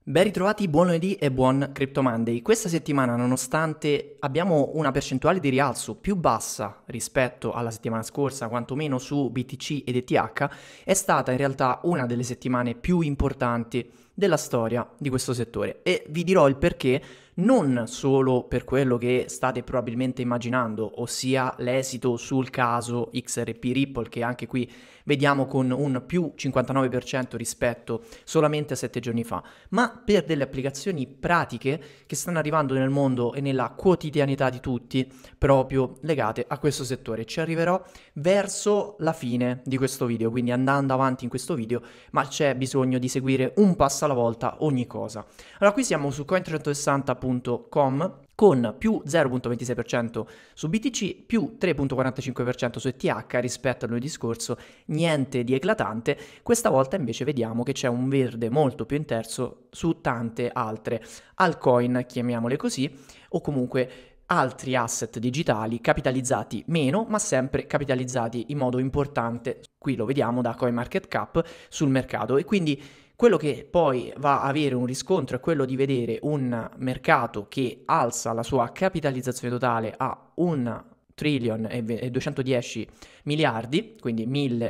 Ben ritrovati, buon lunedì e buon Crypto Monday. Questa settimana, nonostante abbiamo una percentuale di rialzo più bassa rispetto alla settimana scorsa, quantomeno su BTC ed ETH, è stata in realtà una delle settimane più importanti della storia di questo settore e vi dirò il perché, non solo per quello che state probabilmente immaginando, ossia l'esito sul caso XRP Ripple, che anche qui vediamo con un più 59% rispetto solamente a 7 giorni fa, ma per delle applicazioni pratiche che stanno arrivando nel mondo e nella quotidianità di tutti, proprio legate a questo settore. Ci arriverò verso la fine di questo video, quindi andando avanti in questo video, ma c'è bisogno di seguire un passo alla volta ogni cosa. Allora, qui siamo su coin360.com con più 0,26% su BTC, più 3,45% su ETH rispetto al lunedì scorso, niente di eclatante. Questa volta invece vediamo che c'è un verde molto più intenso su tante altre altcoin, chiamiamole così, o comunque altri asset digitali capitalizzati meno, ma sempre capitalizzati in modo importante. Qui lo vediamo da CoinMarketCap sul mercato e quindi quello che poi va a avere un riscontro è quello di vedere un mercato che alza la sua capitalizzazione totale a 1 trillion e 210 miliardi, quindi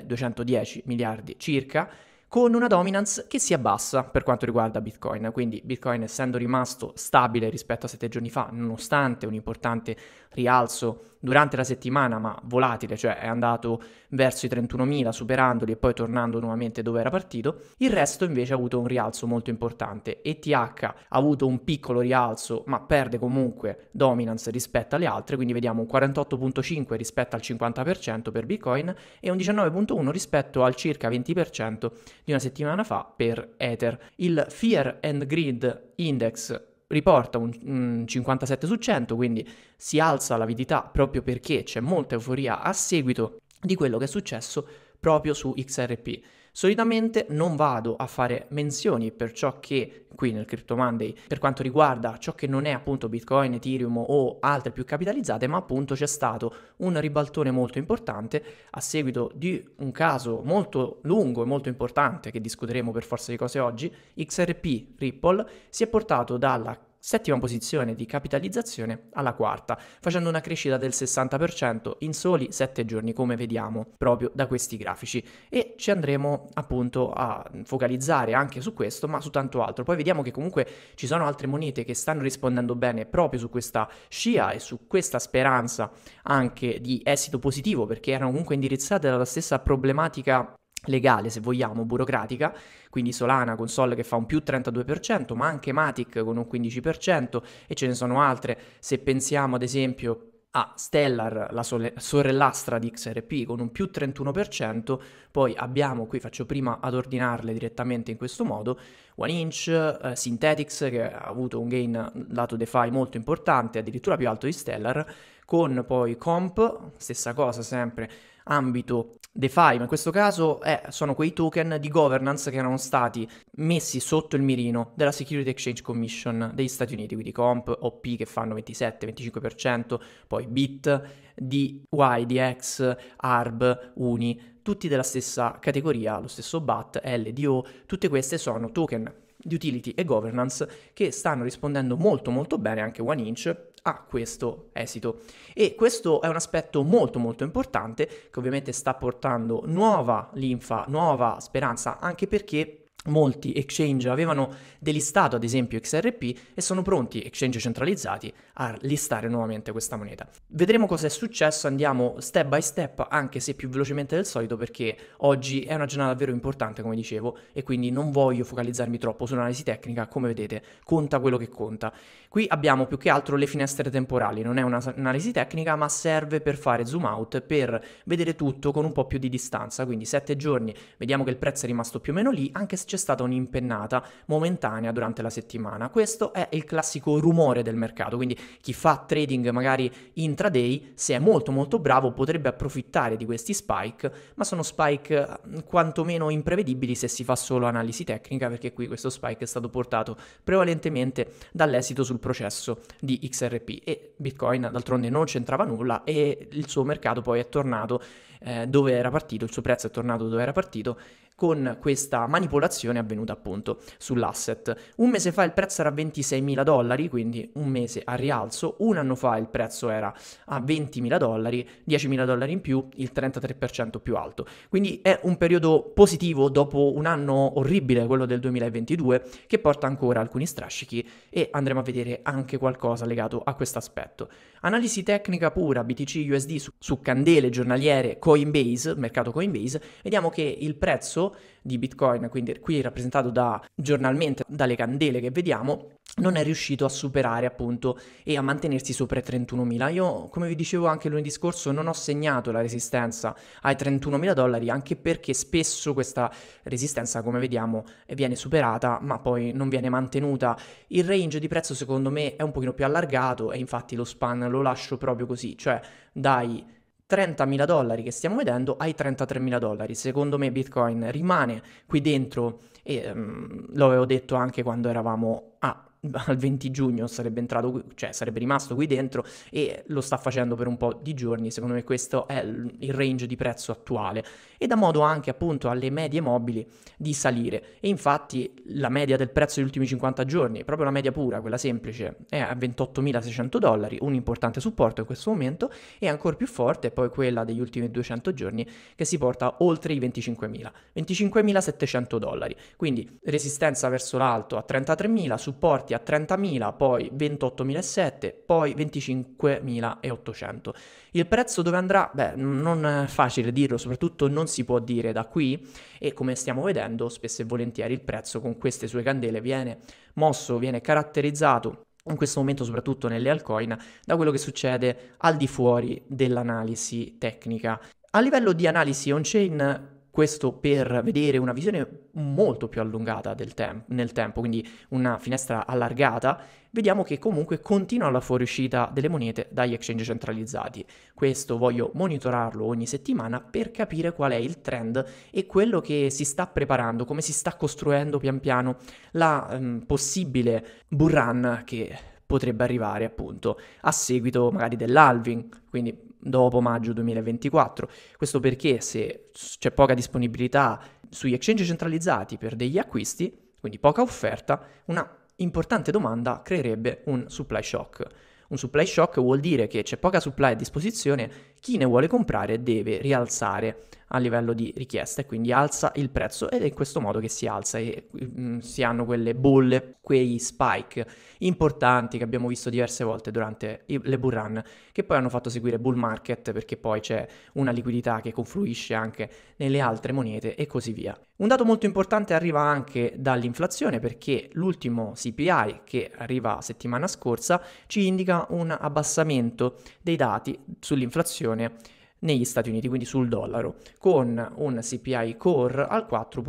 1210 miliardi circa, con una dominance che si abbassa per quanto riguarda Bitcoin. Quindi Bitcoin, essendo rimasto stabile rispetto a 7 giorni fa, nonostante un importante rialzo durante la settimana, ma volatile, cioè è andato verso i 31.000 superandoli e poi tornando nuovamente dove era partito, il resto invece ha avuto un rialzo molto importante. ETH ha avuto un piccolo rialzo, ma perde comunque dominance rispetto alle altre, quindi vediamo un 48,5 rispetto al 50% per Bitcoin e un 19,1 rispetto al circa 20% di una settimana fa per Ether. Il Fear and Greed Index riporta un 57 su 100, quindi si alza l'avidità proprio perché c'è molta euforia a seguito di quello che è successo proprio su XRP. Solitamente non vado a fare menzioni per ciò che qui nel Crypto Monday per quanto riguarda ciò che non è appunto Bitcoin, Ethereum o altre più capitalizzate, ma appunto c'è stato un ribaltone molto importante a seguito di un caso molto lungo e molto importante che discuteremo per forza di cose oggi. XRP Ripple si è portato dalla settima posizione di capitalizzazione alla quarta, facendo una crescita del 60% in soli 7 giorni, come vediamo proprio da questi grafici. E ci andremo appunto a focalizzare anche su questo, ma su tanto altro. Poi vediamo che comunque ci sono altre monete che stanno rispondendo bene proprio su questa scia e su questa speranza anche di esito positivo, perché erano comunque indirizzate dalla stessa problematica legale, se vogliamo, burocratica, quindi Solana con Sol che fa un più 32%, ma anche Matic con un 15% e ce ne sono altre, se pensiamo ad esempio a Stellar, la sorellastra di XRP con un più 31%, poi abbiamo, qui faccio prima ad ordinarle direttamente in questo modo, OneInch, Synthetix che ha avuto un gain lato DeFi molto importante, addirittura più alto di Stellar, con poi Comp, stessa cosa sempre, ambito DeFi, ma in questo caso sono quei token di governance che erano stati messi sotto il mirino della Security Exchange Commission degli Stati Uniti, quindi Comp, OP che fanno 27-25%, poi BIT, DY, DX, ARB, UNI, tutti della stessa categoria, lo stesso BAT, LDO, tutte queste sono token di utility e governance che stanno rispondendo molto molto bene, anche OneInch, a questo esito. E questo è un aspetto molto molto importante che ovviamente sta portando nuova linfa, nuova speranza, anche perché molti exchange avevano delistato ad esempio XRP e sono pronti, exchange centralizzati, a listare nuovamente questa moneta. Vedremo cosa è successo, andiamo step by step, anche se più velocemente del solito, perché oggi è una giornata davvero importante, come dicevo, e quindi non voglio focalizzarmi troppo sull'analisi tecnica. Come vedete, conta quello che conta. Qui abbiamo più che altro le finestre temporali, non è un'analisi tecnica, ma serve per fare zoom out, per vedere tutto con un po' più di distanza, quindi 7 giorni, vediamo che il prezzo è rimasto più o meno lì, anche se c'è stata un'impennata momentanea durante la settimana. Questo è il classico rumore del mercato, quindi chi fa trading magari intraday, se è molto molto bravo, potrebbe approfittare di questi spike, ma sono spike quantomeno imprevedibili se si fa solo analisi tecnica, perché qui questo spike è stato portato prevalentemente dall'esito sul processo di XRP e Bitcoin d'altronde non c'entrava nulla e il suo mercato poi è tornato dove era partito, il suo prezzo è tornato dove era partito, con questa manipolazione avvenuta appunto sull'asset. Un mese fa il prezzo era a $26.000, quindi un mese a rialzo. Un anno fa il prezzo era a $20.000, $10.000 in più, il 33% più alto. Quindi è un periodo positivo dopo un anno orribile, quello del 2022, che porta ancora alcuni strascichi, e andremo a vedere anche qualcosa legato a questo aspetto. Analisi tecnica pura, BTC USD su candele giornaliere Coinbase, mercato Coinbase, vediamo che il prezzo di Bitcoin, quindi qui rappresentato giornalmente dalle candele che vediamo, non è riuscito a superare appunto e a mantenersi sopra i 31.000. Io, come vi dicevo anche lunedì scorso, non ho segnato la resistenza ai $31.000, anche perché spesso questa resistenza, come vediamo, viene superata ma poi non viene mantenuta. Il range di prezzo secondo me è un pochino più allargato, e infatti lo span lo lascio proprio così, cioè dai $30.000 che stiamo vedendo ai $33.000. Secondo me Bitcoin rimane qui dentro, e lo avevo detto anche quando eravamo al 20 giugno, sarebbe entrato, cioè sarebbe rimasto qui dentro, e lo sta facendo per un po' di giorni. Secondo me questo è il range di prezzo attuale, e dà modo anche appunto alle medie mobili di salire. E infatti la media del prezzo degli ultimi 50 giorni, proprio la media pura, quella semplice, è a $28.600, un importante supporto in questo momento, e ancora più forte poi quella degli ultimi 200 giorni, che si porta oltre i $25.700. Quindi resistenza verso l'alto a 33.000, supporti a 30.000, poi 28.700, poi 25.800. Il prezzo dove andrà? Beh, non è facile dirlo, soprattutto non si può dire da qui, e come stiamo vedendo spesso e volentieri il prezzo con queste sue candele viene mosso, viene caratterizzato in questo momento, soprattutto nelle altcoin, da quello che succede al di fuori dell'analisi tecnica. A livello di analisi on-chain, questo per vedere una visione molto più allungata nel tempo, quindi una finestra allargata, vediamo che comunque continua la fuoriuscita delle monete dagli exchange centralizzati. Questo voglio monitorarlo ogni settimana per capire qual è il trend e quello che si sta preparando, come si sta costruendo pian piano la possibile bull run che potrebbe arrivare appunto a seguito magari dell'halving, quindi dopo maggio 2024. Questo perché se c'è poca disponibilità sugli exchange centralizzati per degli acquisti, quindi poca offerta, una importante domanda creerebbe un supply shock. Un supply shock vuol dire che c'è poca supply a disposizione, chi ne vuole comprare deve rialzare a livello di richiesta, e quindi alza il prezzo, ed è in questo modo che si alza, e si hanno quelle bolle, quei spike importanti che abbiamo visto diverse volte durante le bull run, che poi hanno fatto seguire bull market, perché poi c'è una liquidità che confluisce anche nelle altre monete e così via. Un dato molto importante arriva anche dall'inflazione, perché l'ultimo CPI che arriva settimana scorsa ci indica un abbassamento dei dati sull'inflazione negli Stati Uniti, quindi sul dollaro, con un CPI core al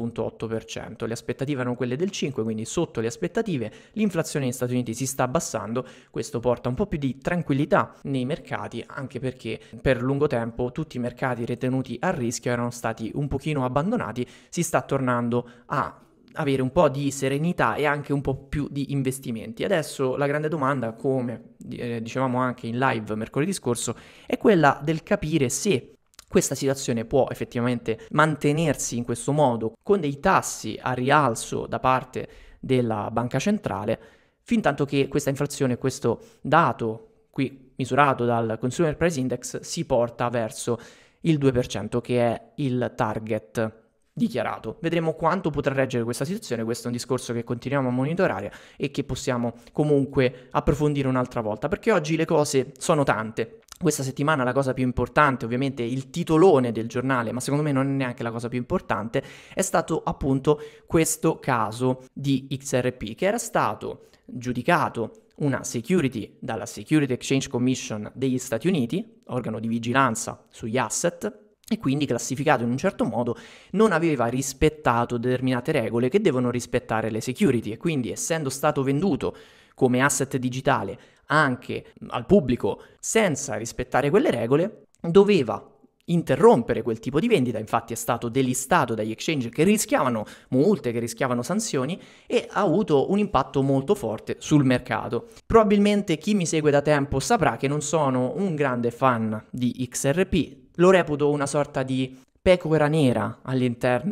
4,8%. Le aspettative erano quelle del 5%, quindi sotto le aspettative. L'inflazione negli Stati Uniti si sta abbassando, questo porta un po' più di tranquillità nei mercati, anche perché per lungo tempo tutti i mercati ritenuti a rischio erano stati un pochino abbandonati. Si sta tornando a avere un po' di serenità e anche un po' più di investimenti. Adesso la grande domanda, come dicevamo anche in live mercoledì scorso, è quella del capire se questa situazione può effettivamente mantenersi in questo modo, con dei tassi a rialzo da parte della banca centrale, fin tanto che questa inflazione, questo dato qui misurato dal Consumer Price Index, si porta verso il 2%, che è il target dichiarato. Vedremo quanto potrà reggere questa situazione. Questo è un discorso che continuiamo a monitorare e che possiamo comunque approfondire un'altra volta, perché oggi le cose sono tante. Questa settimana la cosa più importante, ovviamente il titolone del giornale, ma secondo me non è neanche la cosa più importante, è stato appunto questo caso di XRP, che era stato giudicato una security dalla Security Exchange Commission degli Stati Uniti, organo di vigilanza sugli asset, e quindi classificato in un certo modo, non aveva rispettato determinate regole che devono rispettare le security, e quindi, essendo stato venduto come asset digitale anche al pubblico senza rispettare quelle regole, doveva interrompere quel tipo di vendita. Infatti è stato delistato dagli exchange che rischiavano multe, che rischiavano sanzioni, e ha avuto un impatto molto forte sul mercato. Probabilmente chi mi segue da tempo saprà che non sono un grande fan di XRP, lo reputo una sorta di pecora nera all'interno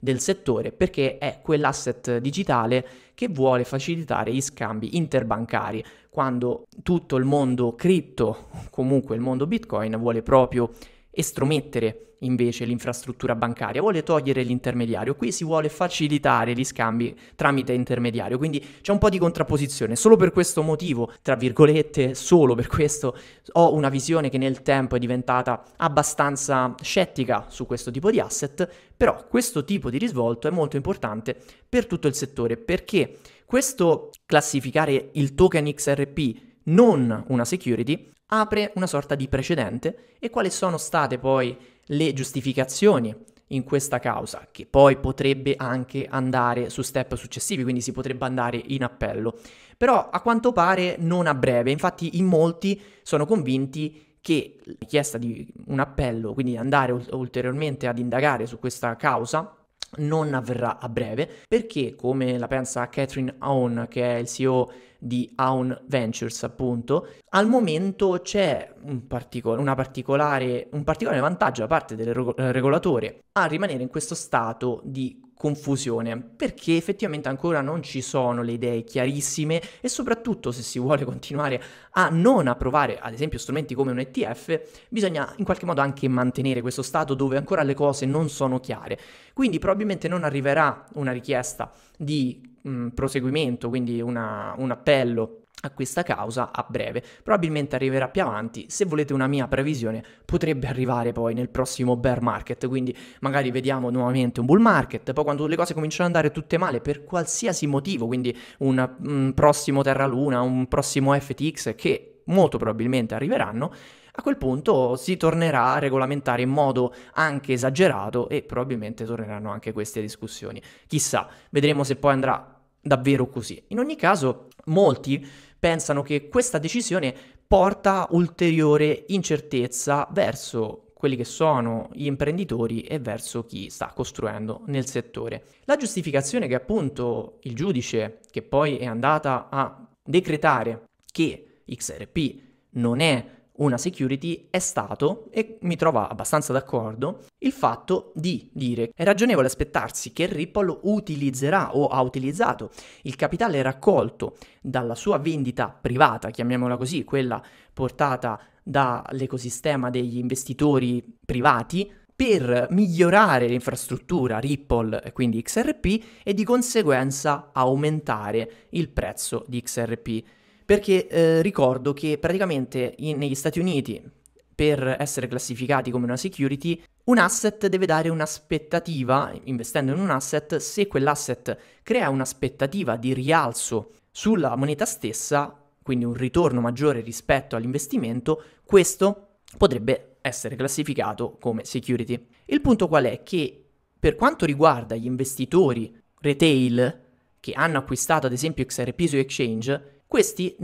del settore, perché è quell'asset digitale che vuole facilitare gli scambi interbancari, quando tutto il mondo cripto, comunque il mondo Bitcoin, vuole proprio estromettere invece l'infrastruttura bancaria, vuole togliere l'intermediario. Qui si vuole facilitare gli scambi tramite intermediario, quindi c'è un po' di contrapposizione. Solo per questo motivo, tra virgolette, solo per questo, ho una visione che nel tempo è diventata abbastanza scettica su questo tipo di asset, però questo tipo di risvolto è molto importante per tutto il settore, perché questo classificare il token XRP non una security apre una sorta di precedente. E quali sono state poi le giustificazioni in questa causa, che poi potrebbe anche andare su step successivi, quindi si potrebbe andare in appello, però a quanto pare non a breve. Infatti in molti sono convinti che la richiesta di un appello, quindi andare ulteriormente ad indagare su questa causa, non avverrà a breve, perché, come la pensa Catherine Aun, che è il CEO di Aun Ventures, appunto, al momento c'è un particolare vantaggio da parte del regolatore a rimanere in questo stato di confusione, perché effettivamente ancora non ci sono le idee chiarissime, e soprattutto, se si vuole continuare a non approvare ad esempio strumenti come un ETF, bisogna in qualche modo anche mantenere questo stato dove ancora le cose non sono chiare. Quindi probabilmente non arriverà una richiesta di proseguimento, quindi un appello a questa causa a breve, probabilmente arriverà più avanti. Se volete una mia previsione, potrebbe arrivare poi nel prossimo bear market, quindi magari vediamo nuovamente un bull market, poi quando le cose cominciano ad andare tutte male per qualsiasi motivo, quindi un prossimo Terra Luna, un prossimo FTX, che molto probabilmente arriveranno, a quel punto si tornerà a regolamentare in modo anche esagerato e probabilmente torneranno anche queste discussioni. Chissà, vedremo se poi andrà davvero così. In ogni caso, molti pensano che questa decisione porta ulteriore incertezza verso quelli che sono gli imprenditori e verso chi sta costruendo nel settore. La giustificazione che appunto il giudice, che poi è andata a decretare che XRP non è una security, è stato, e mi trova abbastanza d'accordo, il fatto di dire: è ragionevole aspettarsi che Ripple utilizzerà o ha utilizzato il capitale raccolto dalla sua vendita privata, chiamiamola così, quella portata dall'ecosistema degli investitori privati, per migliorare l'infrastruttura Ripple e quindi XRP, e di conseguenza aumentare il prezzo di XRP. Perché ricordo che praticamente negli Stati Uniti, per essere classificati come una security, un asset deve dare un'aspettativa. Investendo in un asset, se quell'asset crea un'aspettativa di rialzo sulla moneta stessa, quindi un ritorno maggiore rispetto all'investimento, questo potrebbe essere classificato come security. Il punto qual è? Che per quanto riguarda gli investitori retail che hanno acquistato ad esempio XRP su exchange, questi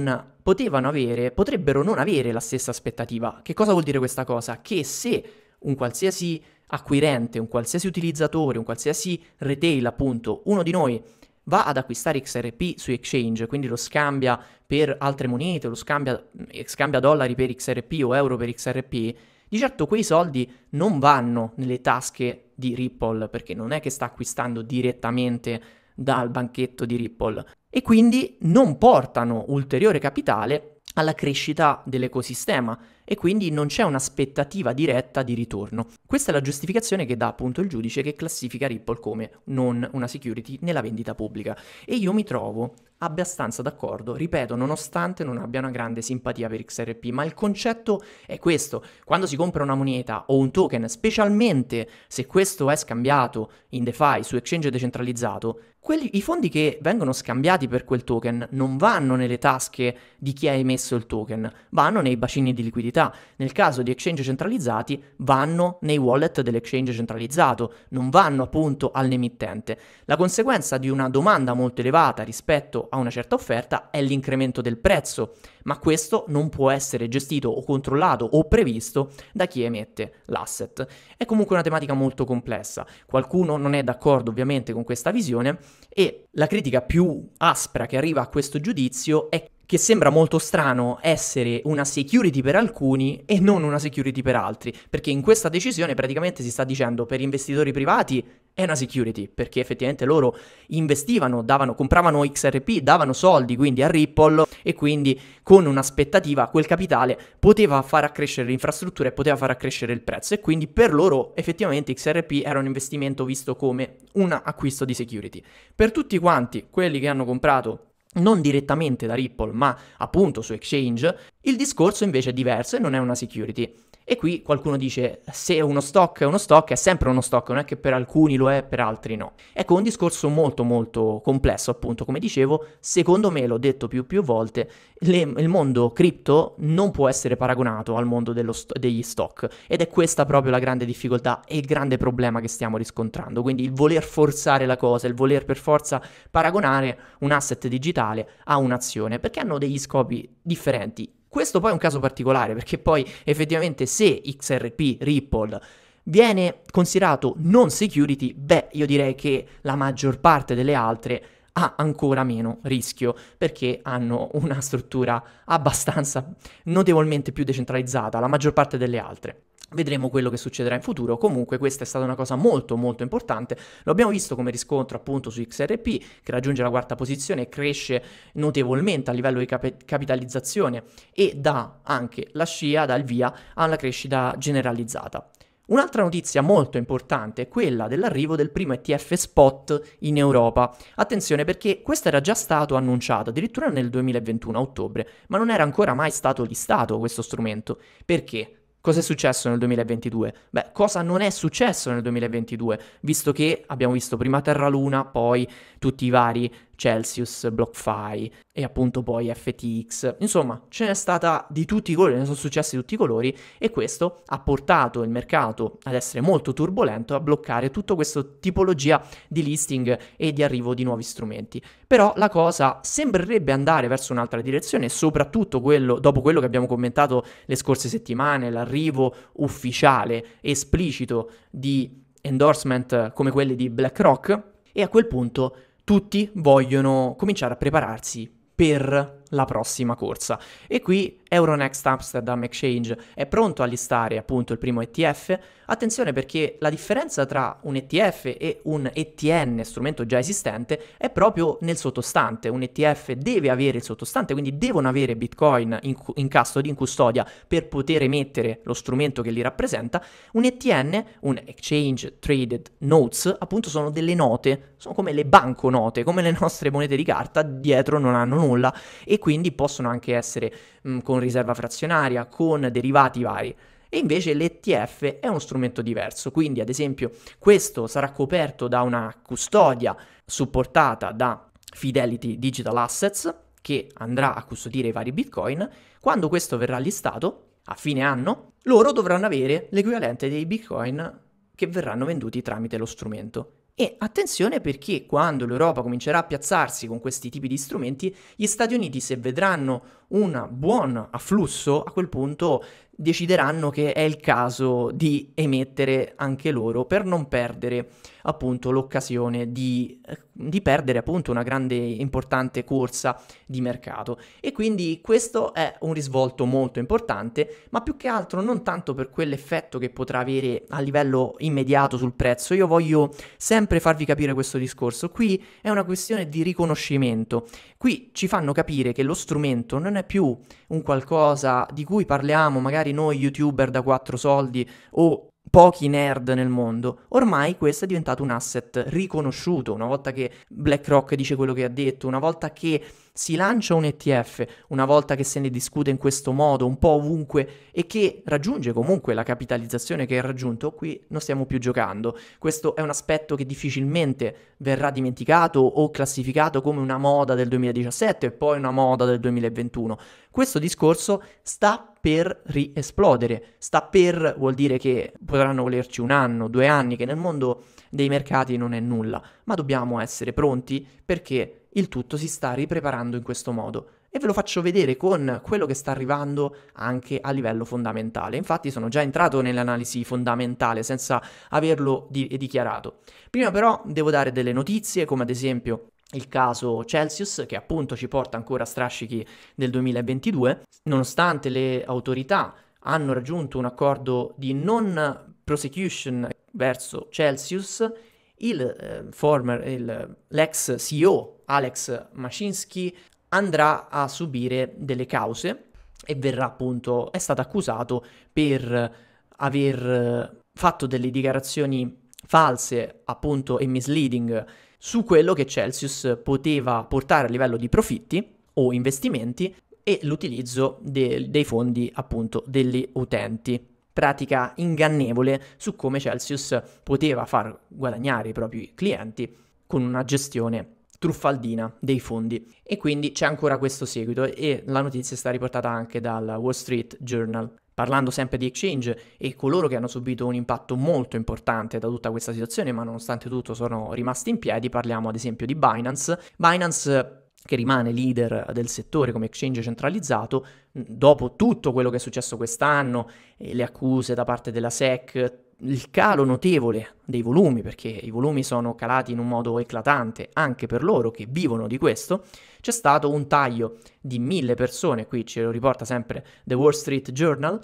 potrebbero non avere la stessa aspettativa. Che cosa vuol dire questa cosa? Che se un qualsiasi acquirente, un qualsiasi utilizzatore, un qualsiasi retail, appunto, uno di noi va ad acquistare XRP su exchange, quindi lo scambia per altre monete, lo scambia dollari per XRP o euro per XRP, di certo quei soldi non vanno nelle tasche di Ripple, perché non è che sta acquistando direttamente dal banchetto di Ripple, e quindi non portano ulteriore capitale alla crescita dell'ecosistema, e quindi non c'è un'aspettativa diretta di ritorno. Questa è la giustificazione che dà appunto il giudice, che classifica Ripple come non una security nella vendita pubblica, e io mi trovo abbastanza d'accordo, ripeto, nonostante non abbia una grande simpatia per XRP, ma il concetto è questo: quando si compra una moneta o un token, specialmente se questo è scambiato in DeFi su exchange decentralizzato, i fondi che vengono scambiati per quel token non vanno nelle tasche di chi ha emesso il token, vanno nei bacini di liquidità. Nel caso di exchange centralizzati vanno nei wallet dell'exchange centralizzato, non vanno appunto all'emittente. La conseguenza di una domanda molto elevata rispetto a una certa offerta è l'incremento del prezzo, ma questo non può essere gestito o controllato o previsto da chi emette l'asset. È comunque una tematica molto complessa. Qualcuno non è d'accordo ovviamente con questa visione, e la critica più aspra che arriva a questo giudizio è che sembra molto strano essere una security per alcuni e non una security per altri, perché in questa decisione praticamente si sta dicendo per investitori privati è una security, perché effettivamente loro investivano, compravano XRP, davano soldi quindi a Ripple e quindi con un'aspettativa quel capitale poteva far accrescere l'infrastruttura e poteva far accrescere il prezzo e quindi per loro effettivamente XRP era un investimento visto come un acquisto di security. Per tutti quanti quelli che hanno comprato non direttamente da Ripple, ma appunto su exchange, il discorso invece è diverso e non è una security. E qui qualcuno dice, se uno stock è uno stock, è sempre uno stock, non è che per alcuni lo è, per altri no. Ecco, un discorso molto molto complesso, appunto, come dicevo, secondo me, l'ho detto più volte, il mondo cripto non può essere paragonato al mondo degli stock, ed è questa proprio la grande difficoltà e il grande problema che stiamo riscontrando, quindi il voler forzare la cosa, il voler per forza paragonare un asset digitale a un'azione, perché hanno degli scopi differenti. Questo poi è un caso particolare, perché poi effettivamente se XRP, Ripple, viene considerato non security, beh, io direi che la maggior parte delle altre ha ancora meno rischio, perché hanno una struttura abbastanza notevolmente più decentralizzata, la maggior parte delle altre. Vedremo quello che succederà in futuro. Comunque questa è stata una cosa molto molto importante. Lo abbiamo visto come riscontro appunto su XRP, che raggiunge la quarta posizione e cresce notevolmente a livello di capitalizzazione e dà anche la scia, dà il via alla crescita generalizzata. Un'altra notizia molto importante è quella dell'arrivo del primo ETF spot in Europa. Attenzione, perché questo era già stato annunciato addirittura nel 2021 a ottobre, ma non era ancora mai stato listato questo strumento. Perché? Cosa è successo nel 2022? Beh, cosa non è successo nel 2022, visto che abbiamo visto prima Terra Luna, poi tutti i vari Celsius, BlockFi e appunto poi FTX. Insomma, ce n'è stata di tutti i colori, ne sono successi di tutti i colori e questo ha portato il mercato ad essere molto turbolento, a bloccare tutta questa tipologia di listing e di arrivo di nuovi strumenti. Però la cosa sembrerebbe andare verso un'altra direzione, soprattutto dopo quello che abbiamo commentato le scorse settimane, l'arrivo ufficiale, esplicito di endorsement come quelli di BlackRock, e a quel punto tutti vogliono cominciare a prepararsi per la prossima corsa. E qui Euronext Amsterdam Exchange è pronto a listare appunto il primo ETF. Attenzione, perché la differenza tra un ETF e un ETN, strumento già esistente, è proprio nel sottostante. Un ETF deve avere il sottostante, quindi devono avere Bitcoin in custody, in custodia, per poter emettere lo strumento che li rappresenta. Un ETN, un Exchange Traded Notes, appunto sono delle note, sono come le banconote, come le nostre monete di carta, dietro non hanno nulla e quindi possono anche essere con riserva frazionaria, con derivati vari. E invece l'ETF è uno strumento diverso, quindi ad esempio questo sarà coperto da una custodia supportata da Fidelity Digital Assets, che andrà a custodire i vari Bitcoin. Quando questo verrà listato, a fine anno, loro dovranno avere l'equivalente dei Bitcoin che verranno venduti tramite lo strumento. E attenzione, perché quando l'Europa comincerà a piazzarsi con questi tipi di strumenti, gli Stati Uniti, se vedranno un buon afflusso, a quel punto decideranno che è il caso di emettere anche loro per non perdere appunto l'occasione di perdere appunto una grande importante corsa di mercato. E quindi questo è un risvolto molto importante, ma più che altro non tanto per quell'effetto che potrà avere a livello immediato sul prezzo. Io voglio sempre farvi capire questo discorso. Qui è una questione di riconoscimento. Qui ci fanno capire che lo strumento non è più un qualcosa di cui parliamo magari noi youtuber da 4 soldi o pochi nerd nel mondo. Ormai questo è diventato un asset riconosciuto. Una volta che BlackRock dice quello che ha detto, una volta che si lancia un ETF, una volta che se ne discute in questo modo un po' ovunque e che raggiunge comunque la capitalizzazione che ha raggiunto, qui non stiamo più giocando. Questo è un aspetto che difficilmente verrà dimenticato o classificato come una moda del 2017 e poi una moda del 2021. Questo discorso sta per riesplodere, vuol dire che potranno volerci 1 anno, 2 anni, che nel mondo dei mercati non è nulla, ma dobbiamo essere pronti perché il tutto si sta ripreparando in questo modo. E ve lo faccio vedere con quello che sta arrivando anche a livello fondamentale. Infatti sono già entrato nell'analisi fondamentale senza averlo dichiarato. Prima però devo dare delle notizie, come ad esempio il caso Celsius, che appunto ci porta ancora a strascichi del 2022, nonostante le autorità hanno raggiunto un accordo di non prosecution verso Celsius, l'ex CEO Alex Mashinsky andrà a subire delle cause e è stato accusato per aver fatto delle dichiarazioni false, appunto, e misleading su quello che Celsius poteva portare a livello di profitti o investimenti e l'utilizzo dei fondi, appunto, degli utenti. Pratica ingannevole su come Celsius poteva far guadagnare i propri clienti con una gestione truffaldina dei fondi. E quindi c'è ancora questo seguito e la notizia è stata riportata anche dal Wall Street Journal. Parlando sempre di exchange e coloro che hanno subito un impatto molto importante da tutta questa situazione, ma nonostante tutto sono rimasti in piedi, parliamo ad esempio di Binance. Binance, che rimane leader del settore come exchange centralizzato, dopo tutto quello che è successo quest'anno, le accuse da parte della SEC, il calo notevole dei volumi, perché i volumi sono calati in un modo eclatante anche per loro che vivono di questo, c'è stato un taglio di 1000 persone, qui ce lo riporta sempre The Wall Street Journal,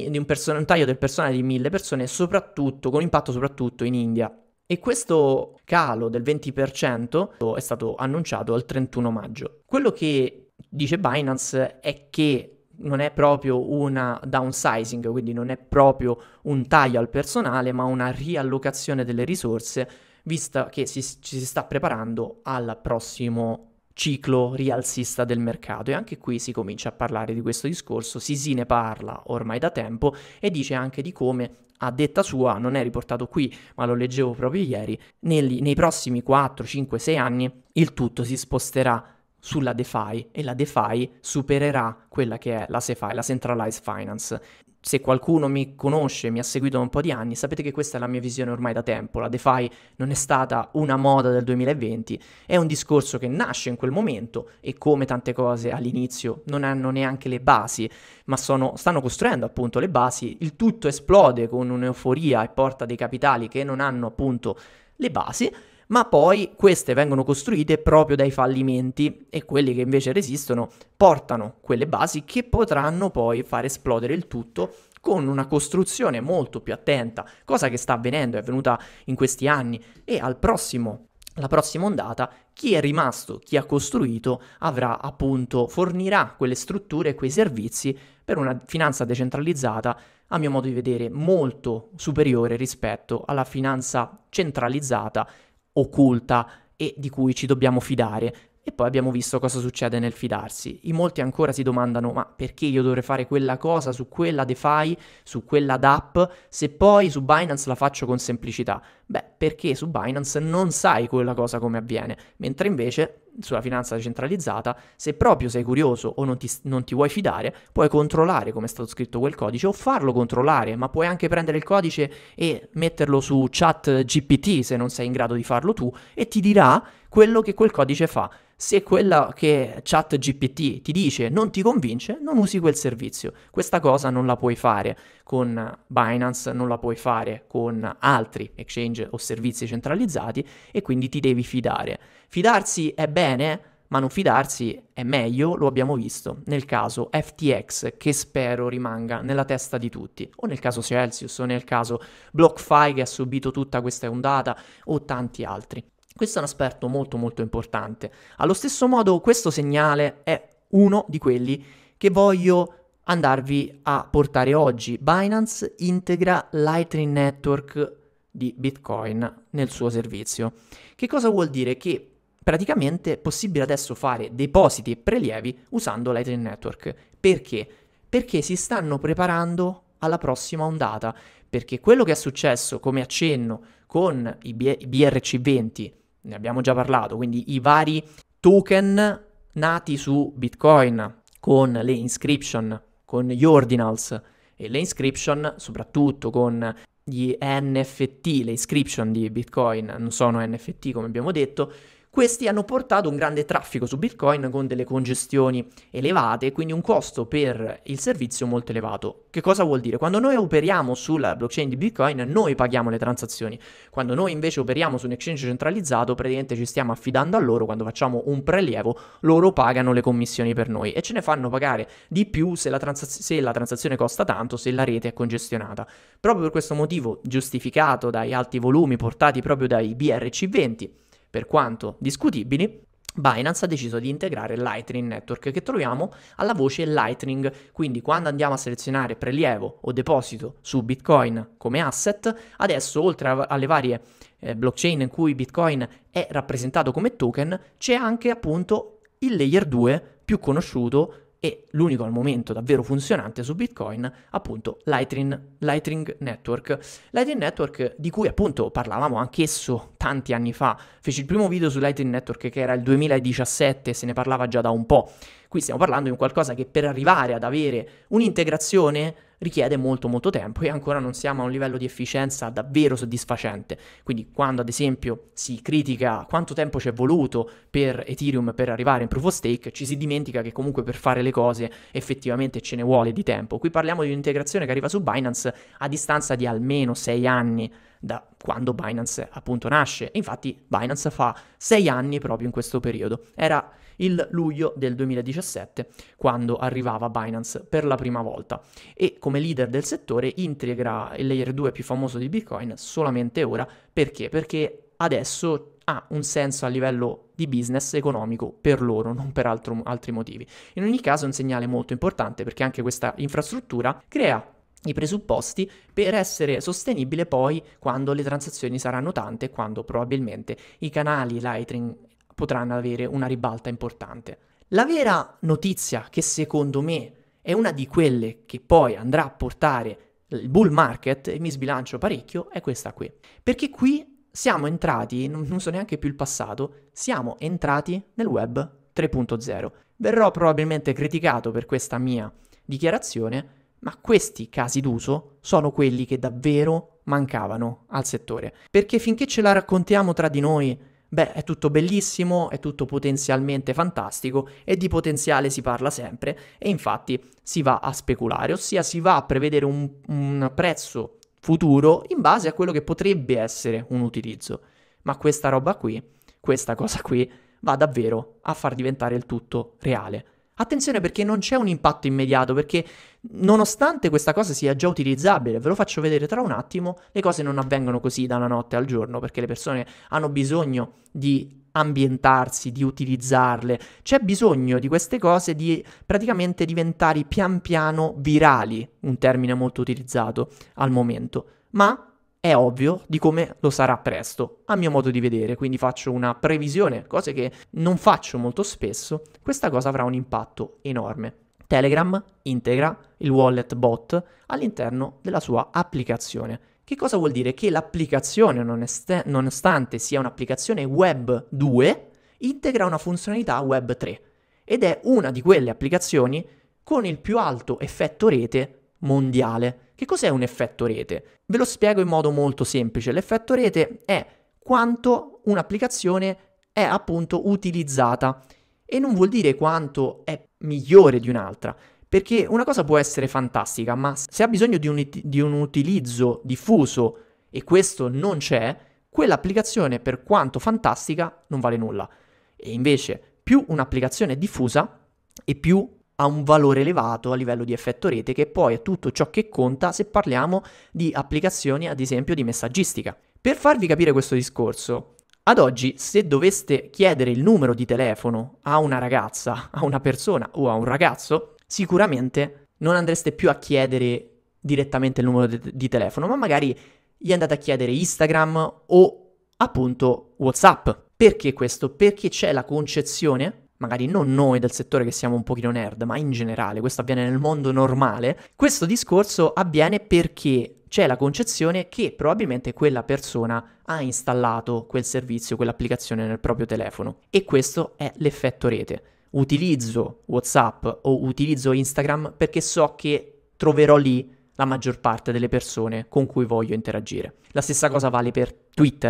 un taglio del personale di 1000 persone, soprattutto con impatto soprattutto in India. E questo calo del 20% è stato annunciato al 31 maggio. Quello che dice Binance è che non è proprio una downsizing, quindi non è proprio un taglio al personale, ma una riallocazione delle risorse, vista che ci si sta preparando al prossimo ciclo rialzista del mercato. E anche qui si comincia a parlare di questo discorso, si ne parla ormai da tempo e dice anche di come, a detta sua, non è riportato qui, ma lo leggevo proprio ieri, nei prossimi 4, 5, 6 anni il tutto si sposterà sulla DeFi e la DeFi supererà quella che è la CeFi, la Centralized Finance. Se qualcuno mi conosce, mi ha seguito da un po' di anni, sapete che questa è la mia visione ormai da tempo. La DeFi non è stata una moda del 2020, è un discorso che nasce in quel momento e come tante cose all'inizio non hanno neanche le basi, ma stanno costruendo appunto le basi, il tutto esplode con un'euforia e porta dei capitali che non hanno appunto le basi, ma poi queste vengono costruite proprio dai fallimenti e quelli che invece resistono portano quelle basi che potranno poi far esplodere il tutto con una costruzione molto più attenta, cosa che sta avvenendo, è avvenuta in questi anni e la prossima ondata, chi è rimasto, chi ha costruito, fornirà quelle strutture e quei servizi per una finanza decentralizzata, a mio modo di vedere, molto superiore rispetto alla finanza centralizzata, occulta e di cui ci dobbiamo fidare. E poi abbiamo visto cosa succede nel fidarsi. In molti ancora si domandano: ma perché io dovrei fare quella cosa su quella DeFi, su quella DApp, se poi su Binance la faccio con semplicità? Beh, perché su Binance non sai quella cosa come avviene, mentre invece sulla finanza decentralizzata, se proprio sei curioso o non ti vuoi fidare, puoi controllare come è stato scritto quel codice o farlo controllare, ma puoi anche prendere il codice e metterlo su ChatGPT se non sei in grado di farlo tu e ti dirà quello che quel codice fa. Se quella che ChatGPT ti dice non ti convince, non usi quel servizio. Questa cosa non la puoi fare con Binance, non la puoi fare con altri exchange o servizi centralizzati e quindi ti devi fidare. Fidarsi è bene, ma non fidarsi è meglio, lo abbiamo visto nel caso FTX, che spero rimanga nella testa di tutti, o nel caso Celsius, o nel caso BlockFi che ha subito tutta questa ondata, o tanti altri. Questo è un aspetto molto molto importante. Allo stesso modo questo segnale è uno di quelli che voglio andarvi a portare oggi. Binance integra Lightning Network di Bitcoin nel suo servizio. Che cosa vuol dire? Che praticamente è possibile adesso fare depositi e prelievi usando Lightning Network. Perché? Perché si stanno preparando alla prossima ondata. Perché quello che è successo, come accenno, con i BRC20, ne abbiamo già parlato, quindi i vari token nati su Bitcoin con le inscription, con gli ordinals e le inscription, soprattutto con gli NFT, le inscription di Bitcoin non sono NFT come abbiamo detto, Questi hanno portato un grande traffico su Bitcoin con delle congestioni elevate, quindi un costo per il servizio molto elevato. Che cosa vuol dire? Quando noi operiamo sulla blockchain di Bitcoin, noi paghiamo le transazioni. Quando noi invece operiamo su un exchange centralizzato, praticamente ci stiamo affidando a loro. Quando facciamo un prelievo, loro pagano le commissioni per noi e ce ne fanno pagare di più se la transazione costa tanto, se la rete è congestionata. Proprio per questo motivo, giustificato dai alti volumi portati proprio dai BRC20, per quanto discutibili, Binance ha deciso di integrare Lightning Network, che troviamo alla voce Lightning. Quindi quando andiamo a selezionare prelievo o deposito su Bitcoin come asset, adesso oltre alle varie blockchain in cui Bitcoin è rappresentato come token, c'è anche appunto il layer 2 più conosciuto e l'unico al momento davvero funzionante su Bitcoin, appunto Lightning Network. Lightning Network, di cui appunto parlavamo anch'esso tanti anni fa. Feci il primo video su Lightning Network che era il 2017, se ne parlava già da un po'. Qui stiamo parlando di un qualcosa che per arrivare ad avere un'integrazione richiede molto tempo e ancora non siamo a un livello di efficienza davvero soddisfacente. Quindi quando ad esempio si critica quanto tempo ci è voluto per Ethereum per arrivare in Proof of Stake, ci si dimentica che comunque per fare le cose effettivamente ce ne vuole di tempo. Qui parliamo di un'integrazione che arriva su Binance a distanza di almeno 6 anni da quando Binance appunto nasce. E infatti Binance fa 6 anni proprio in questo periodo. Era il luglio del 2017 quando arrivava Binance per la prima volta e come leader del settore integra il layer 2 più famoso di Bitcoin solamente ora. Perché? Perché adesso ha un senso a livello di business economico per loro, non per altri motivi. In ogni caso è un segnale molto importante perché anche questa infrastruttura crea i presupposti per essere sostenibile poi quando le transazioni saranno tante e quando probabilmente i canali Lightning potranno avere una ribalta importante. La vera notizia che secondo me è una di quelle che poi andrà a portare il bull market, e mi sbilancio parecchio, è questa qui. Perché qui siamo entrati, non so neanche più il passato, siamo entrati nel web 3.0. Verrò probabilmente criticato per questa mia dichiarazione, ma questi casi d'uso sono quelli che davvero mancavano al settore. Perché finché ce la raccontiamo tra di noi, è tutto bellissimo, è tutto potenzialmente fantastico e di potenziale si parla sempre e infatti si va a speculare, ossia si va a prevedere un prezzo futuro in base a quello che potrebbe essere un utilizzo. Ma questa roba qui, questa cosa qui, va davvero a far diventare il tutto reale. Attenzione perché non c'è un impatto immediato, perché nonostante questa cosa sia già utilizzabile, ve lo faccio vedere tra un attimo, le cose non avvengono così da una notte al giorno, perché le persone hanno bisogno di ambientarsi, di utilizzarle, c'è bisogno di queste cose di praticamente diventare pian piano virali, un termine molto utilizzato al momento, ma è ovvio di come lo sarà presto, a mio modo di vedere, quindi faccio una previsione, cose che non faccio molto spesso, questa cosa avrà un impatto enorme. Telegram integra il wallet bot all'interno della sua applicazione. Che cosa vuol dire? Che l'applicazione, nonostante sia un'applicazione web 2, integra una funzionalità web 3 ed è una di quelle applicazioni con il più alto effetto rete mondiale. Che cos'è un effetto rete? Ve lo spiego in modo molto semplice. L'effetto rete è quanto un'applicazione è appunto utilizzata e non vuol dire quanto è migliore di un'altra, perché una cosa può essere fantastica, ma se ha bisogno di un utilizzo diffuso e questo non c'è, quell'applicazione per quanto fantastica non vale nulla. E invece più un'applicazione è diffusa e più ha un valore elevato a livello di effetto rete, che poi è tutto ciò che conta se parliamo di applicazioni ad esempio di messaggistica. Per farvi capire questo discorso, ad oggi se doveste chiedere il numero di telefono a una ragazza, a una persona o a un ragazzo, sicuramente non andreste più a chiedere direttamente il numero di telefono, ma magari gli andate a chiedere Instagram o appunto WhatsApp. Perché questo? Perché c'è la concezione, magari non noi del settore che siamo un pochino nerd, ma in generale, questo avviene nel mondo normale, questo discorso avviene perché c'è la concezione che probabilmente quella persona ha installato quel servizio, quell'applicazione nel proprio telefono. E questo è l'effetto rete. Utilizzo WhatsApp o utilizzo Instagram perché so che troverò lì la maggior parte delle persone con cui voglio interagire. La stessa cosa vale per Twitter.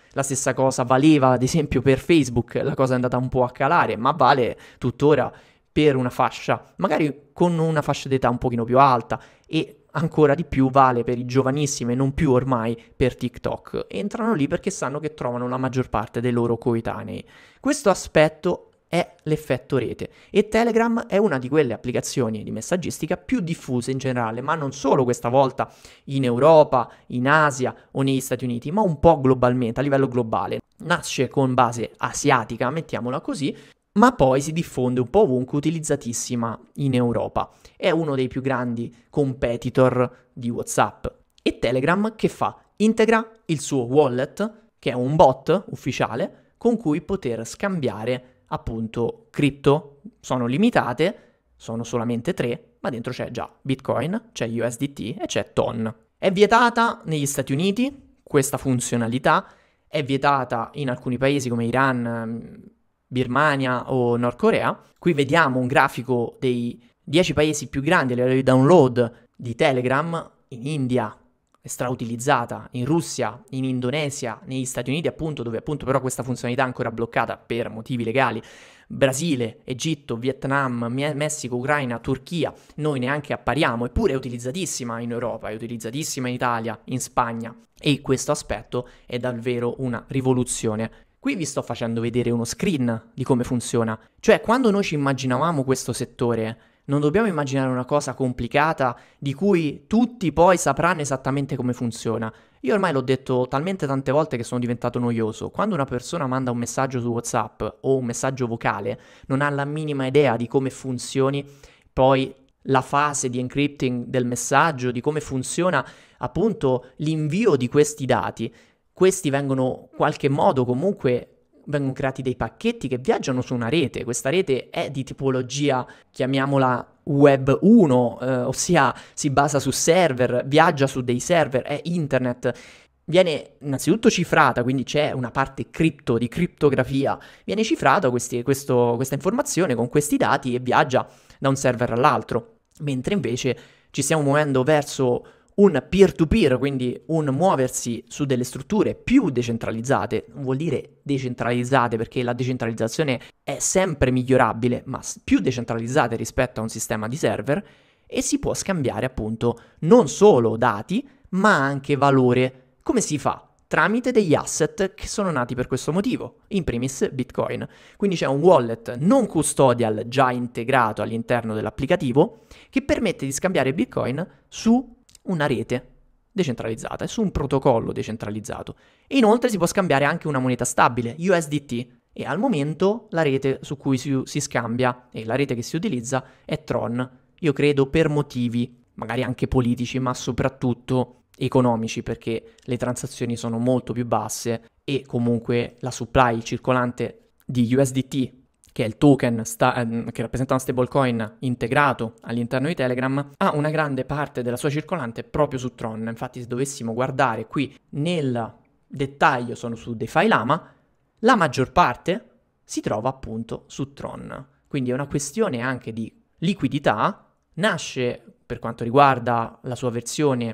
La stessa cosa valeva ad esempio per Facebook, la cosa è andata un po' a calare, ma vale tuttora per una fascia, magari con una fascia d'età un pochino più alta, e ancora di più vale per i giovanissimi e non più ormai per TikTok. Entrano lì perché sanno che trovano la maggior parte dei loro coetanei. Questo aspetto è l'effetto rete, e Telegram è una di quelle applicazioni di messaggistica più diffuse in generale, ma non solo questa volta in Europa, in Asia o negli Stati Uniti, ma un po' globalmente, a livello globale. Nasce con base asiatica, mettiamola così, ma poi si diffonde un po' ovunque, utilizzatissima in Europa. È uno dei più grandi competitor di WhatsApp. E Telegram che fa? Integra il suo wallet, che è un bot ufficiale, con cui poter scambiare appunto cripto. Sono limitate, sono solamente 3, ma dentro c'è già Bitcoin, c'è USDT e c'è TON. È vietata negli Stati Uniti questa funzionalità, è vietata in alcuni paesi come Iran, Birmania o Nord Corea. Qui vediamo un grafico dei 10 paesi più grandi a livello di download di Telegram. In India è strautilizzata, in Russia, in Indonesia, negli Stati Uniti appunto, dove appunto però questa funzionalità è ancora bloccata per motivi legali, Brasile, Egitto, Vietnam, Messico, Ucraina, Turchia, noi neanche appariamo, eppure è utilizzatissima in Europa, è utilizzatissima in Italia, in Spagna, e questo aspetto è davvero una rivoluzione. Qui vi sto facendo vedere uno screen di come funziona. Cioè, quando noi ci immaginavamo questo settore, non dobbiamo immaginare una cosa complicata di cui tutti poi sapranno esattamente come funziona. Io ormai l'ho detto talmente tante volte che sono diventato noioso. Quando una persona manda un messaggio su WhatsApp o un messaggio vocale, non ha la minima idea di come funzioni poi la fase di encrypting del messaggio, di come funziona appunto l'invio di questi dati. Questi vengono in qualche modo comunque vengono creati dei pacchetti che viaggiano su una rete. Questa rete è di tipologia, chiamiamola Web 1, ossia si basa su server, viaggia su dei server, è internet. Viene innanzitutto cifrata, quindi c'è una parte cripto, di crittografia. Viene cifrata questa informazione con questi dati e viaggia da un server all'altro. Mentre invece ci stiamo muovendo verso un peer-to-peer, quindi un muoversi su delle strutture più decentralizzate. Non vuol dire decentralizzate perché la decentralizzazione è sempre migliorabile, ma più decentralizzate rispetto a un sistema di server, e si può scambiare appunto non solo dati, ma anche valore. Come si fa? Tramite degli asset che sono nati per questo motivo, in primis Bitcoin. Quindi c'è un wallet non custodial già integrato all'interno dell'applicativo che permette di scambiare Bitcoin su una rete decentralizzata e su un protocollo decentralizzato. E inoltre si può scambiare anche una moneta stabile, USDT, e al momento la rete su cui si scambia e la rete che si utilizza è Tron. Io credo per motivi magari anche politici, ma soprattutto economici, perché le transazioni sono molto più basse e comunque la supply circolante di USDT, che è il token che rappresenta una stablecoin integrato all'interno di Telegram, ha una grande parte della sua circolante proprio su Tron. Infatti se dovessimo guardare qui nel dettaglio, sono su DeFi Lama, la maggior parte si trova appunto su Tron. Quindi è una questione anche di liquidità. Nasce, per quanto riguarda la sua versione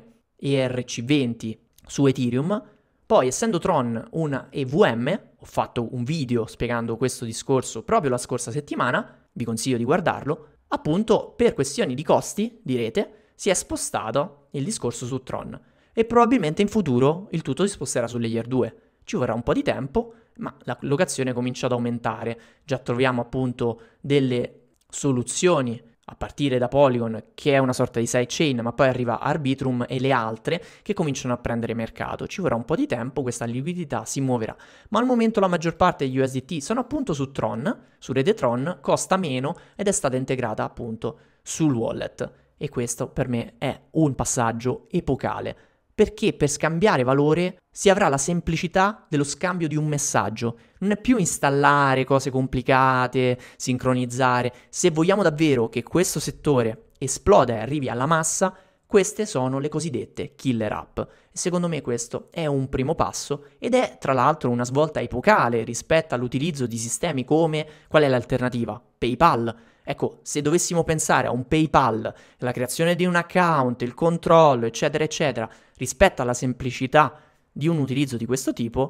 ERC20 su Ethereum. Poi, essendo Tron una EVM, ho fatto un video spiegando questo discorso proprio la scorsa settimana, vi consiglio di guardarlo, appunto per questioni di costi di rete si è spostato il discorso su Tron, e probabilmente in futuro il tutto si sposterà su Layer 2. Ci vorrà un po' di tempo, ma la locazione comincia ad aumentare. Già troviamo appunto delle soluzioni a partire da Polygon, che è una sorta di sidechain, ma poi arriva Arbitrum e le altre che cominciano a prendere mercato. Ci vorrà un po' di tempo, questa liquidità si muoverà, ma al momento la maggior parte degli USDT sono appunto su Tron, su rete Tron, costa meno ed è stata integrata appunto sul wallet. E questo per me è un passaggio epocale, perché per scambiare valore si avrà la semplicità dello scambio di un messaggio. Non è più installare cose complicate, sincronizzare. Se vogliamo davvero che questo settore esploda e arrivi alla massa, queste sono le cosiddette killer app. E secondo me questo è un primo passo ed è tra l'altro una svolta epocale rispetto all'utilizzo di sistemi come, qual è l'alternativa? PayPal. Ecco, se dovessimo pensare a un PayPal, la creazione di un account, il controllo, eccetera, eccetera, rispetto alla semplicità di un utilizzo di questo tipo,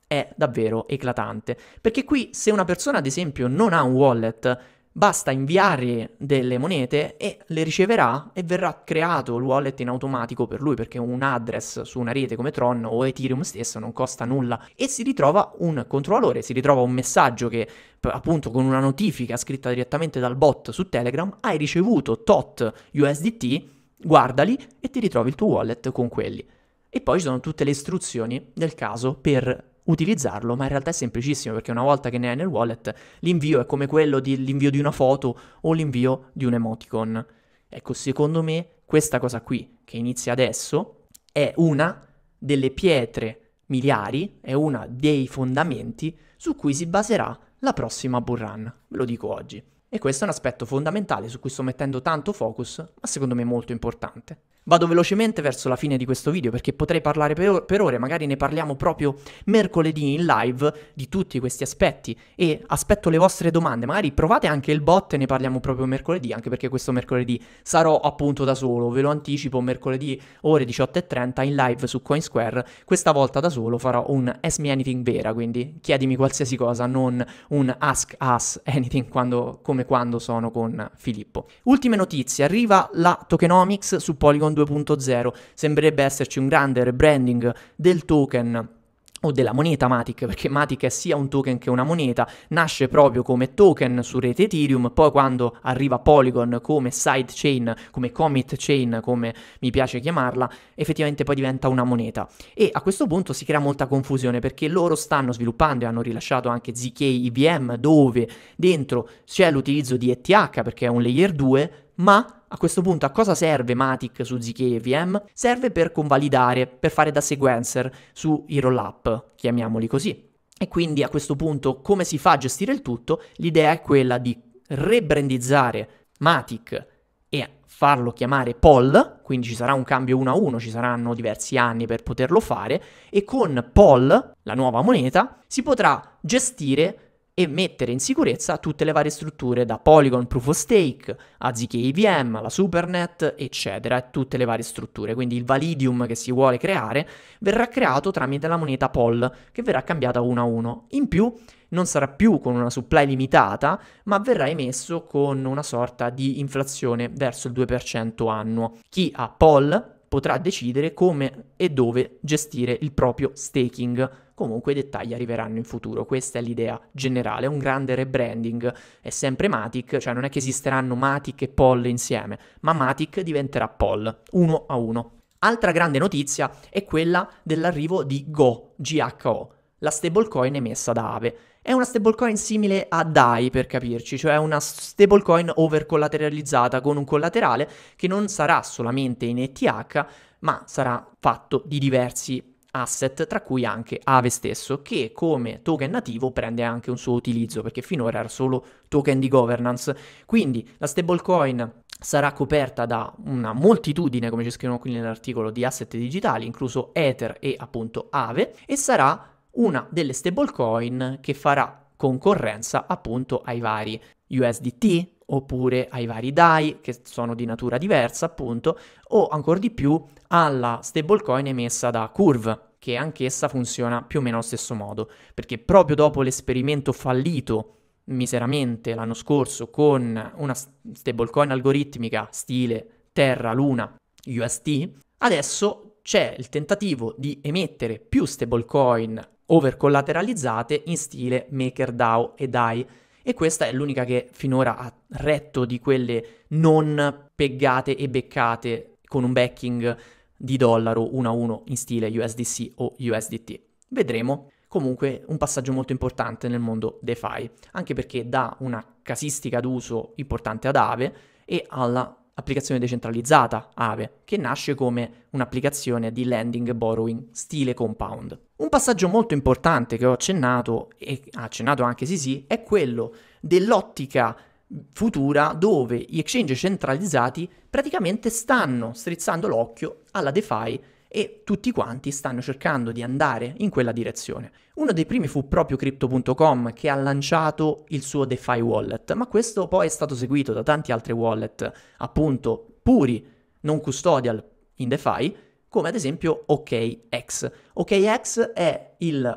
è davvero eclatante, perché qui se una persona ad esempio non ha un wallet, basta inviare delle monete e le riceverà e verrà creato il wallet in automatico per lui, perché un address su una rete come Tron o Ethereum stesso non costa nulla, e si ritrova un controllore, si ritrova un messaggio che appunto con una notifica scritta direttamente dal bot su Telegram: hai ricevuto tot USDT, guardali e ti ritrovi il tuo wallet con quelli. E poi ci sono tutte le istruzioni del caso per utilizzarlo, ma in realtà è semplicissimo, perché una volta che ne hai nel wallet, l'invio è come quello dell'invio di una foto o l'invio di un emoticon. Ecco, secondo me questa cosa qui, che inizia adesso, è una delle pietre miliari, è una dei fondamenti su cui si baserà la prossima bull run, ve lo dico oggi. E questo è un aspetto fondamentale su cui sto mettendo tanto focus, ma secondo me molto importante. Vado velocemente verso la fine di questo video perché potrei parlare per ore, magari ne parliamo proprio mercoledì in live di tutti questi aspetti, e aspetto le vostre domande, magari provate anche il bot e ne parliamo proprio mercoledì, anche perché questo mercoledì sarò appunto da solo, ve lo anticipo, mercoledì ore 18:30 in live su Coinsquare, questa volta da solo farò un Ask Me Anything vera, quindi chiedimi qualsiasi cosa, non un Ask Us Anything come quando sono con Filippo. Ultime notizie, arriva la tokenomics su Polygon 2.0, sembrerebbe esserci un grande rebranding del token o della moneta Matic, perché Matic è sia un token che una moneta, nasce proprio come token su rete Ethereum, poi quando arriva Polygon come sidechain, come commit chain, come mi piace chiamarla, effettivamente poi diventa una moneta. E a questo punto si crea molta confusione, perché loro stanno sviluppando e hanno rilasciato anche ZK EVM, dove dentro c'è l'utilizzo di ETH, perché è un layer 2, ma a questo punto a cosa serve Matic su ZK EVM? Serve per convalidare, per fare da sequencer sui rollup, chiamiamoli così. E quindi a questo punto come si fa a gestire il tutto? L'idea è quella di rebrandizzare Matic e farlo chiamare POL, quindi ci sarà un cambio 1-1, ci saranno diversi anni per poterlo fare, e con POL, la nuova moneta, si potrà gestire e mettere in sicurezza tutte le varie strutture, da Polygon Proof of Stake a ZK EVM, alla Supernet, eccetera, e tutte le varie strutture. Quindi il validium che si vuole creare verrà creato tramite la moneta POL, che verrà cambiata 1-1. In più non sarà più con una supply limitata, ma verrà emesso con una sorta di inflazione verso il 2% annuo. Chi ha POL potrà decidere come e dove gestire il proprio staking. Comunque i dettagli arriveranno in futuro, questa è l'idea generale, un grande rebranding, è sempre Matic, cioè non è che esisteranno Matic e POL insieme, ma Matic diventerà POL, 1-1. Altra grande notizia è quella dell'arrivo di GHO, la stablecoin emessa da Aave. È una stablecoin simile a DAI, per capirci, cioè una stablecoin overcollateralizzata con un collaterale che non sarà solamente in ETH, ma sarà fatto di diversi asset, tra cui anche Aave stesso, che come token nativo prende anche un suo utilizzo, perché finora era solo token di governance. Quindi la stablecoin sarà coperta da una moltitudine, come ci scrivono qui nell'articolo, di asset digitali, incluso Ether e appunto Aave, e sarà una delle stablecoin che farà concorrenza appunto ai vari USDT oppure ai vari DAI, che sono di natura diversa appunto, o ancora di più alla stablecoin emessa da Curve, che anch'essa funziona più o meno allo stesso modo, perché proprio dopo l'esperimento fallito miseramente l'anno scorso con una stablecoin algoritmica stile Terra Luna UST, adesso c'è il tentativo di emettere più stablecoin overcollateralizzate in stile MakerDAO e DAI, e questa è l'unica che finora ha retto di quelle non peggate e beccate con un backing di dollaro 1-1 in stile USDC o USDT. Vedremo. Comunque un passaggio molto importante nel mondo DeFi, anche perché dà una casistica d'uso importante ad Aave e alla applicazione decentralizzata Aave, che nasce come un'applicazione di lending e borrowing stile Compound. Un passaggio molto importante che ho accennato, e ha accennato anche Sisi, è quello dell'ottica futura, dove gli exchange centralizzati praticamente stanno strizzando l'occhio alla DeFi e tutti quanti stanno cercando di andare in quella direzione. Uno dei primi fu proprio Crypto.com, che ha lanciato il suo DeFi wallet, ma questo poi è stato seguito da tanti altri wallet, appunto puri, non custodial in DeFi, come ad esempio OKX. OKX è il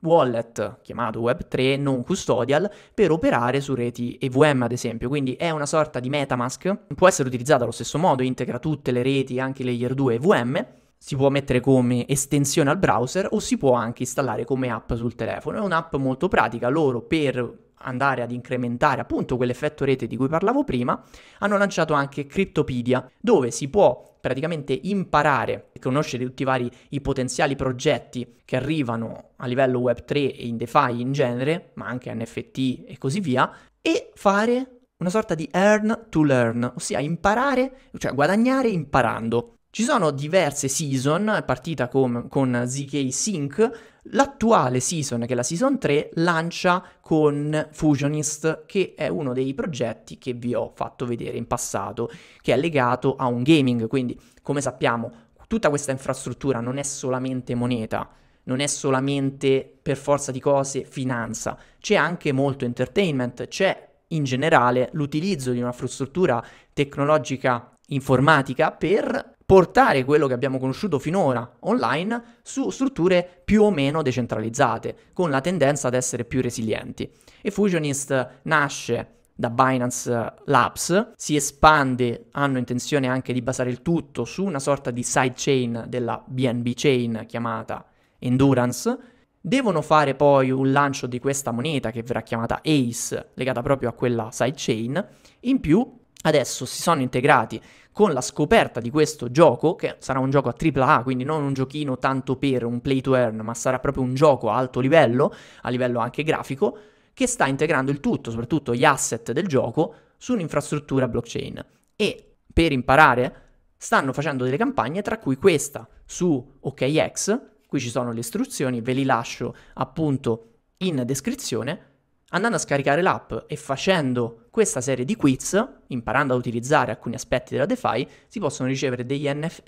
wallet chiamato Web3 non custodial per operare su reti EVM ad esempio, quindi è una sorta di MetaMask, può essere utilizzata allo stesso modo, integra tutte le reti, anche layer 2 EVM, si può mettere come estensione al browser o si può anche installare come app sul telefono. È un'app molto pratica, loro per andare ad incrementare appunto quell'effetto rete di cui parlavo prima, hanno lanciato anche Cryptopedia, dove si può praticamente imparare e conoscere tutti i potenziali progetti che arrivano a livello Web3 e in DeFi in genere, ma anche NFT e così via, e fare una sorta di earn to learn, ossia imparare, cioè guadagnare imparando. Ci sono diverse season, è partita con ZK Sync, l'attuale season, che è la season 3, lancia con Fusionist, che è uno dei progetti che vi ho fatto vedere in passato, che è legato a un gaming, quindi come sappiamo tutta questa infrastruttura non è solamente moneta, non è solamente per forza di cose finanza, c'è anche molto entertainment, c'è in generale l'utilizzo di un'infrastruttura tecnologica informatica per portare quello che abbiamo conosciuto finora online su strutture più o meno decentralizzate, con la tendenza ad essere più resilienti. E Fusionist nasce da Binance Labs, si espande, hanno intenzione anche di basare il tutto su una sorta di sidechain della BNB Chain chiamata Endurance. Devono fare poi un lancio di questa moneta che verrà chiamata ACE, legata proprio a quella sidechain. In più, adesso si sono integrati con la scoperta di questo gioco, che sarà un gioco a AAA, quindi non un giochino tanto per un play to earn, ma sarà proprio un gioco a alto livello, a livello anche grafico, che sta integrando il tutto, soprattutto gli asset del gioco, su un'infrastruttura blockchain. E per imparare stanno facendo delle campagne, tra cui questa su OKX, qui ci sono le istruzioni, ve li lascio appunto in descrizione. Andando a scaricare l'app e facendo questa serie di quiz, imparando a utilizzare alcuni aspetti della DeFi, si possono ricevere degli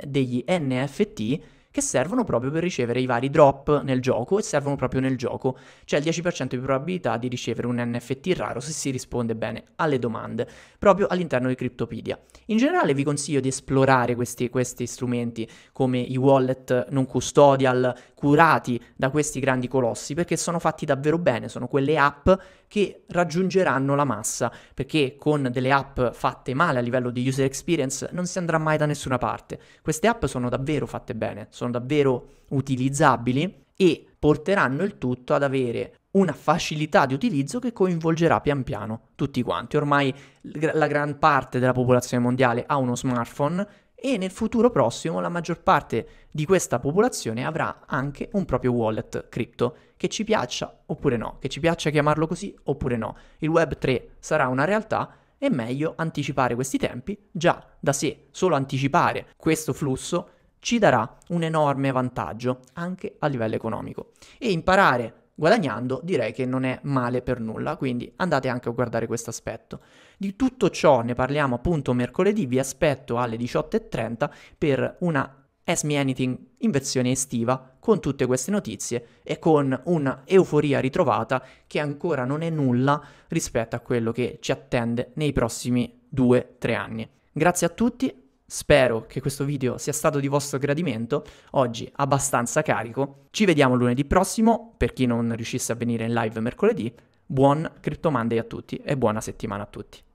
NFT che servono proprio per ricevere i vari drop nel gioco e servono proprio nel gioco. C'è il 10% di probabilità di ricevere un NFT raro se si risponde bene alle domande, proprio all'interno di Cryptopedia. In generale vi consiglio di esplorare questi strumenti come i wallet non custodial curati da questi grandi colossi, perché sono fatti davvero bene, sono quelle app che raggiungeranno la massa, perché con delle app fatte male a livello di user experience non si andrà mai da nessuna parte. Queste app sono davvero fatte bene, sono davvero utilizzabili e porteranno il tutto ad avere una facilità di utilizzo che coinvolgerà pian piano tutti quanti. Ormai la gran parte della popolazione mondiale ha uno smartphone e nel futuro prossimo la maggior parte di questa popolazione avrà anche un proprio wallet cripto, che ci piaccia oppure no, che ci piaccia chiamarlo così oppure no. Il Web3 sarà una realtà, è meglio anticipare questi tempi, già da sé solo anticipare questo flusso ci darà un enorme vantaggio anche a livello economico. E imparare guadagnando direi che non è male per nulla, quindi andate anche a guardare questo aspetto. Di tutto ciò ne parliamo appunto mercoledì, vi aspetto alle 18:30 per una Ask Me Anything in versione estiva con tutte queste notizie e con una euforia ritrovata che ancora non è nulla rispetto a quello che ci attende nei prossimi 2-3 anni. Grazie a tutti. Spero che questo video sia stato di vostro gradimento, oggi abbastanza carico. Ci vediamo lunedì prossimo, per chi non riuscisse a venire in live mercoledì. Buon Crypto Monday a tutti e buona settimana a tutti.